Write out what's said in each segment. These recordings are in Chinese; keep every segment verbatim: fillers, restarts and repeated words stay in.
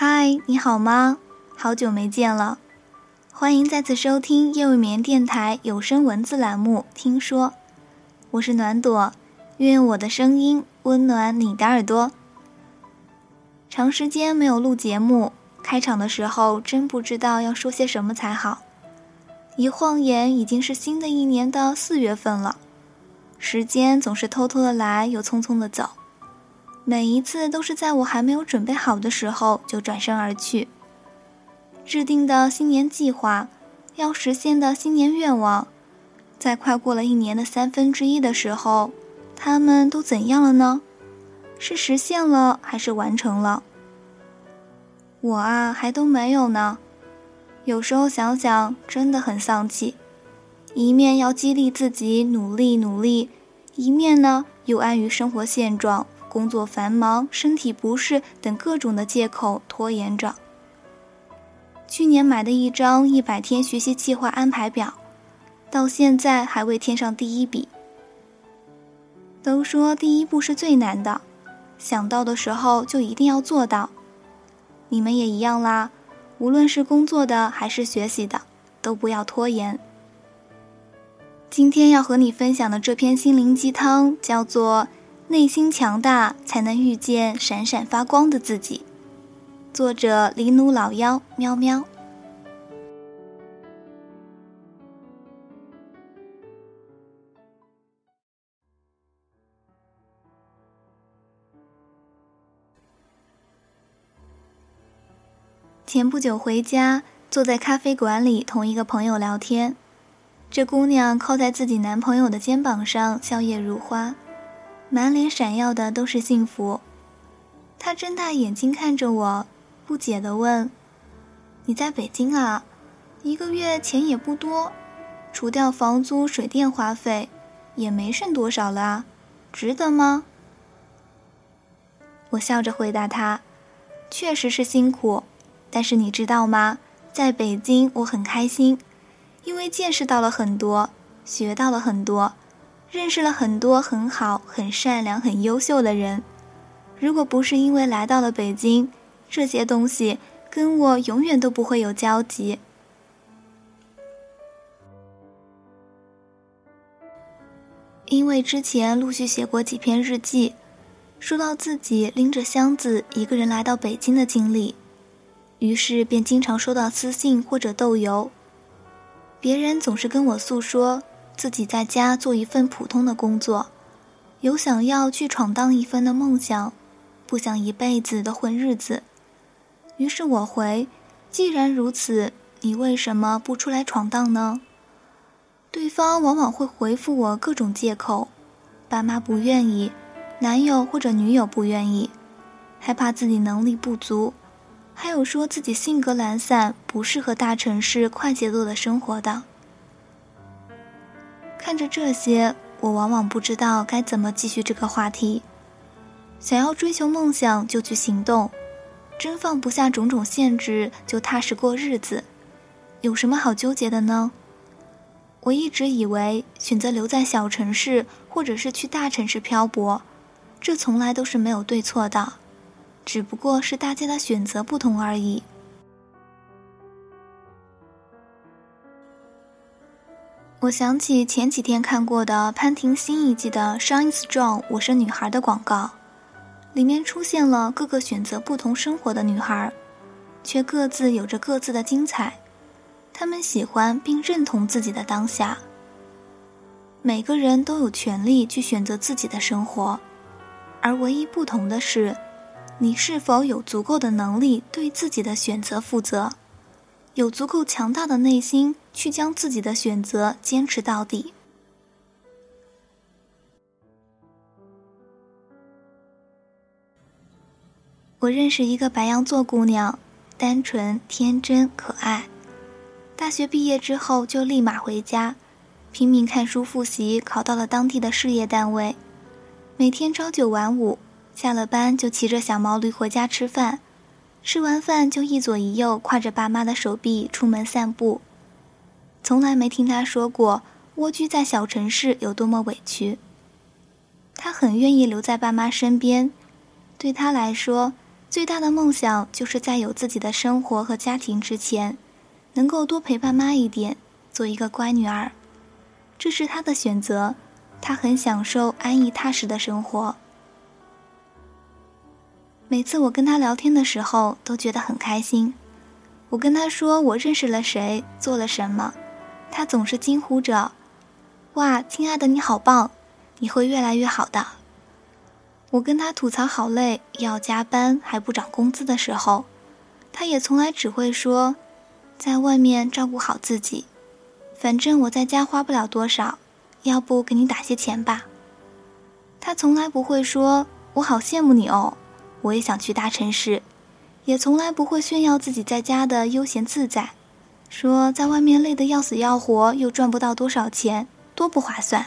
嗨，你好吗？好久没见了，欢迎再次收听夜未眠电台有声文字栏目《听说》，我是暖朵，愿我的声音温暖你的耳朵。长时间没有录节目，开场的时候真不知道要说些什么才好。一晃眼已经是新的一年的四月份了，时间总是偷偷的来，又匆匆的走。每一次都是在我还没有准备好的时候就转身而去。制定的新年计划，要实现的新年愿望，在快过了一年的三分之一的时候，他们都怎样了呢？是实现了还是完成了？我啊，还都没有呢。有时候想想真的很丧气，一面要激励自己努力努力，一面呢又碍于生活现状，工作繁忙，身体不适等各种的借口拖延着。去年买的一张一百天学习计划安排表，到现在还未添上第一笔。都说第一步是最难的，想到的时候就一定要做到。你们也一样啦，无论是工作的还是学习的，都不要拖延。今天要和你分享的这篇心灵鸡汤叫做内心强大才能遇见闪闪发光的自己，作者黎奴老妖喵喵。前不久回家，坐在咖啡馆里同一个朋友聊天，这姑娘靠在自己男朋友的肩膀上，笑靥如花，满脸闪耀的都是幸福。她睁大眼睛看着我，不解地问：你在北京啊？一个月钱也不多，除掉房租水电花费，也没剩多少了啊，值得吗？我笑着回答她，确实是辛苦，但是你知道吗？在北京我很开心，因为见识到了很多，学到了很多，认识了很多很好、很善良、很优秀的人。如果不是因为来到了北京，这些东西跟我永远都不会有交集。因为之前陆续写过几篇日记，说到自己拎着箱子一个人来到北京的经历，于是便经常收到私信或者豆邮。别人总是跟我诉说自己在家做一份普通的工作，有想要去闯荡一番的梦想，不想一辈子的混日子。于是我回，既然如此，你为什么不出来闯荡呢？对方往往会回复我各种借口，爸妈不愿意，男友或者女友不愿意，害怕自己能力不足，还有说自己性格懒散，不适合大城市快节奏的生活的。看着这些，我往往不知道该怎么继续这个话题。想要追求梦想就去行动，真放不下种种限制就踏实过日子，有什么好纠结的呢？我一直以为选择留在小城市或者是去大城市漂泊，这从来都是没有对错的，只不过是大家的选择不同而已。我想起前几天看过的潘婷新一季的 Shine Strong 我是女孩的广告，里面出现了各个选择不同生活的女孩，却各自有着各自的精彩。她们喜欢并认同自己的当下。每个人都有权利去选择自己的生活，而唯一不同的是，你是否有足够的能力对自己的选择负责，有足够强大的内心去将自己的选择坚持到底。我认识一个白羊座姑娘，单纯、天真、可爱。大学毕业之后就立马回家，拼命看书复习，考到了当地的事业单位。每天朝九晚五，下了班就骑着小毛驴回家吃饭，吃完饭就一左一右挎着爸妈的手臂出门散步。从来没听她说过蜗居在小城市有多么委屈。她很愿意留在爸妈身边，对她来说， 最大的梦想就是在有自己的生活和家庭之前，能够多陪伴妈一点，做一个乖女儿。这是她的选择，她很享受安逸踏实的生活。每次我跟她聊天的时候，都觉得很开心。我跟她说我认识了谁，做了什么，她总是惊呼着：哇，亲爱的，你好棒，你会越来越好的。我跟她吐槽好累，要加班还不涨工资的时候，她也从来只会说，在外面照顾好自己，反正我在家花不了多少，要不给你打些钱吧。她从来不会说，我好羡慕你哦，我也想去大城市，也从来不会炫耀自己在家的悠闲自在，说在外面累得要死要活，又赚不到多少钱，多不划算。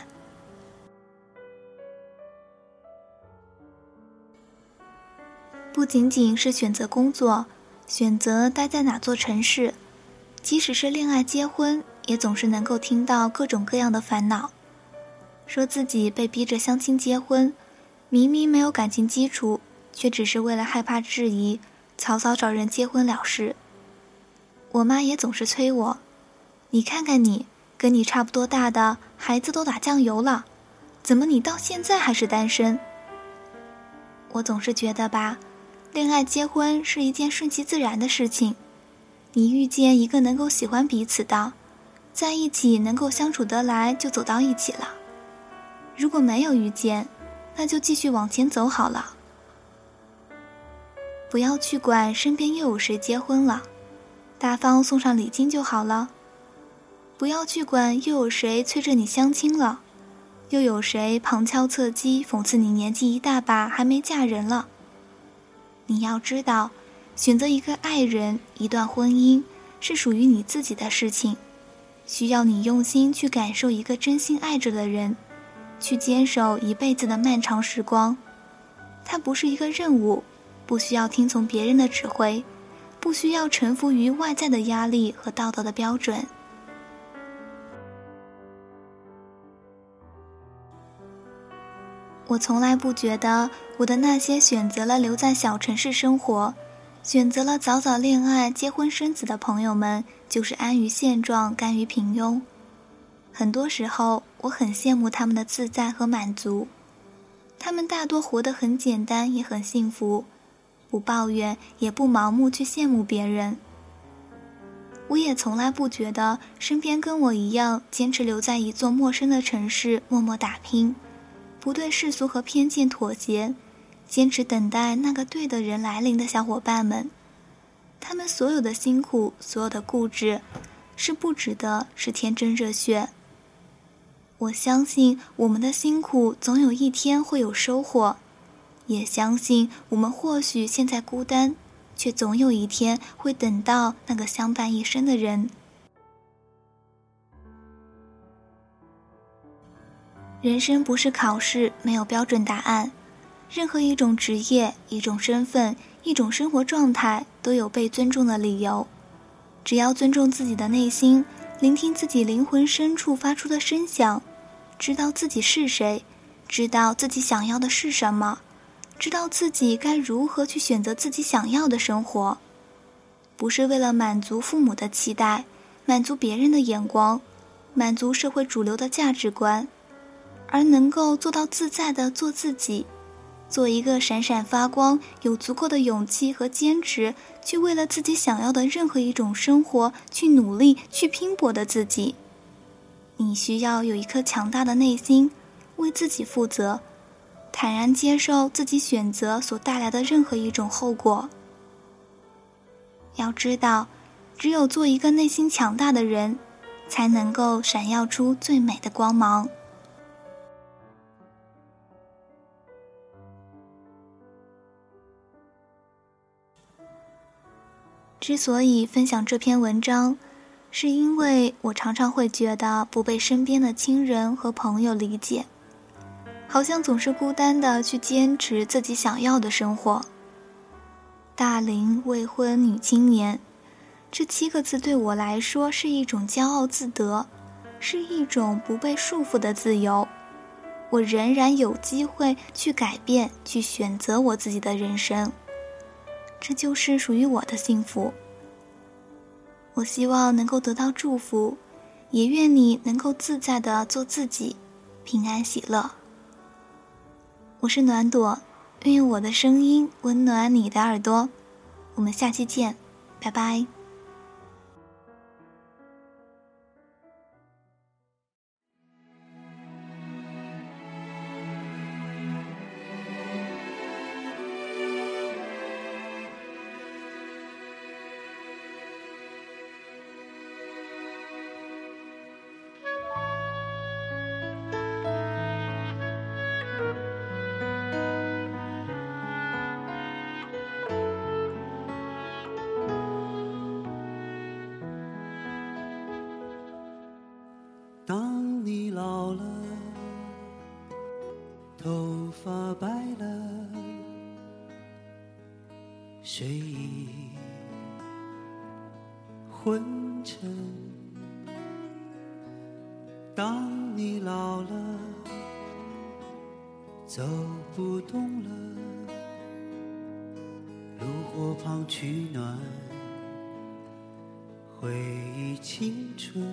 不仅仅是选择工作，选择待在哪座城市，即使是恋爱结婚，也总是能够听到各种各样的烦恼，说自己被逼着相亲结婚，明明没有感情基础，却只是为了害怕质疑，草草找人结婚了事。我妈也总是催我，你看看你，跟你差不多大的孩子都打酱油了，怎么你到现在还是单身？我总是觉得吧，恋爱结婚是一件顺其自然的事情，你遇见一个能够喜欢彼此的，在一起能够相处得来，就走到一起了。如果没有遇见，那就继续往前走好了。不要去管身边又有谁结婚了，大方送上礼金就好了。不要去管又有谁催着你相亲了，又有谁旁敲侧击讽刺你年纪一大把还没嫁人了。你要知道，选择一个爱人，一段婚姻，是属于你自己的事情，需要你用心去感受一个真心爱着的人，去坚守一辈子的漫长时光。它不是一个任务，不需要听从别人的指挥，不需要臣服于外在的压力和道德的标准。我从来不觉得我的那些选择了留在小城市生活，选择了早早恋爱结婚生子的朋友们就是安于现状，甘于平庸。很多时候我很羡慕他们的自在和满足，他们大多活得很简单，也很幸福，不抱怨，也不盲目去羡慕别人。我也从来不觉得身边跟我一样坚持留在一座陌生的城市默默打拼，不对世俗和偏见妥协，坚持等待那个对的人来临的小伙伴们，他们所有的辛苦，所有的固执，是不值得，是天真热血。我相信我们的辛苦总有一天会有收获，也相信我们或许现在孤单，却总有一天会等到那个相伴一生的人。人生不是考试，没有标准答案，任何一种职业，一种身份，一种生活状态都有被尊重的理由。只要尊重自己的内心，聆听自己灵魂深处发出的声响，知道自己是谁，知道自己想要的是什么，知道自己该如何去选择自己想要的生活。不是为了满足父母的期待，满足别人的眼光，满足社会主流的价值观，而能够做到自在地做自己，做一个闪闪发光，有足够的勇气和坚持，去为了自己想要的任何一种生活去努力，去拼搏的自己。你需要有一颗强大的内心，为自己负责，坦然接受自己选择所带来的任何一种后果。要知道，只有做一个内心强大的人，才能够闪耀出最美的光芒。之所以分享这篇文章，是因为我常常会觉得不被身边的亲人和朋友理解，好像总是孤单地去坚持自己想要的生活。大龄未婚女青年，这七个字对我来说是一种骄傲自得，是一种不被束缚的自由。我仍然有机会去改变，去选择我自己的人生。 这就是属于我的幸福。我希望能够得到祝福，也愿你能够自在地做自己，平安喜乐。我是暖朵，愿我的声音温暖你的耳朵。我们下期见，拜拜。 当你老了，头发白了，睡意昏沉。当你老了，走不动了，炉火旁取暖，回忆青春。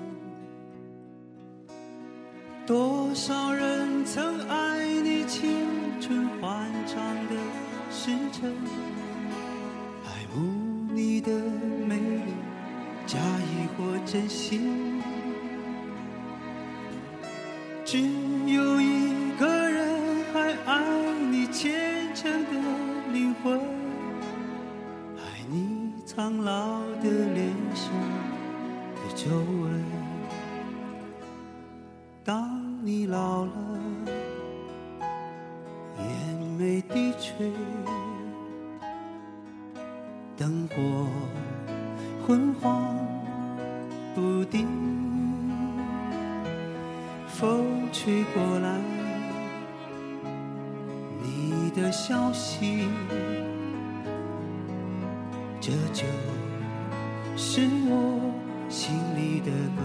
多少人曾爱你青春欢畅的时辰，爱慕你的美丽，假意或真心。只有一个人还爱你虔诚的灵魂，爱你苍老的脸上的皱纹。当你老了，眼眉低垂，灯火昏黄不定，风吹过来，你的消息，这就是我心里的歌。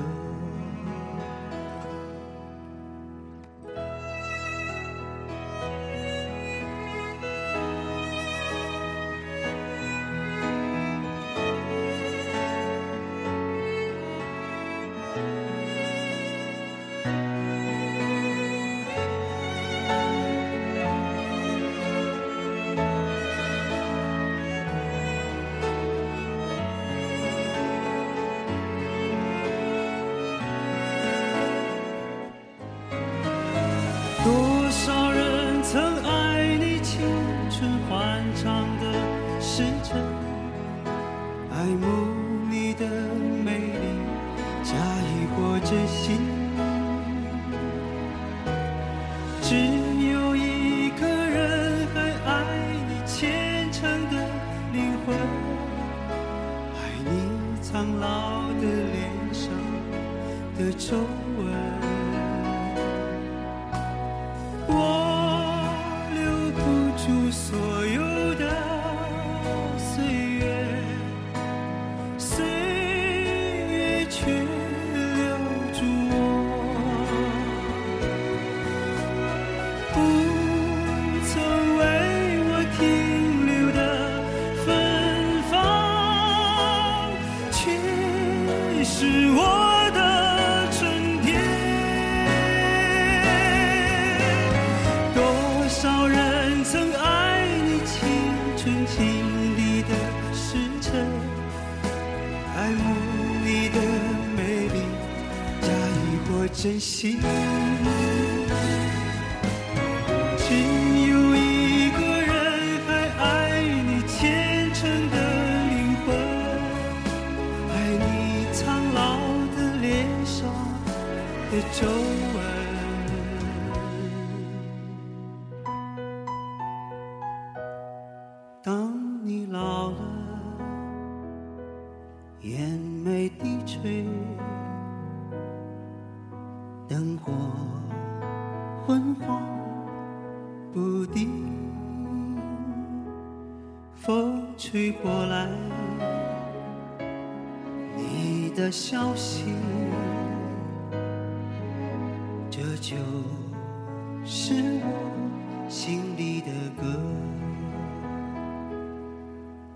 多少人曾爱你青春欢畅的时辰，爱慕你的美丽，假意或真心。只有一个人还爱你虔诚的灵魂，爱你苍老的脸上的皱纹。所有的岁月，岁月却留住我，不曾为我停留的芬芳，却是我的春天。多少人曾爱经历的时辰，爱慕你的美丽，假意或真心。只有一个人还爱你虔诚的灵魂，爱你苍老的脸上的皱纹。当你老了，眼眉低垂，灯火昏黄不定，风吹过来，你的消息，这就是我心里的歌。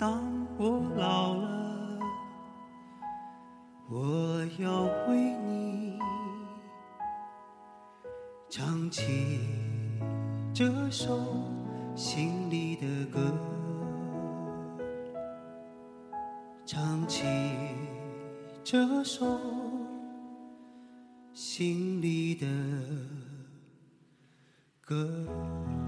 起这首心里的歌，唱起这首心里的歌。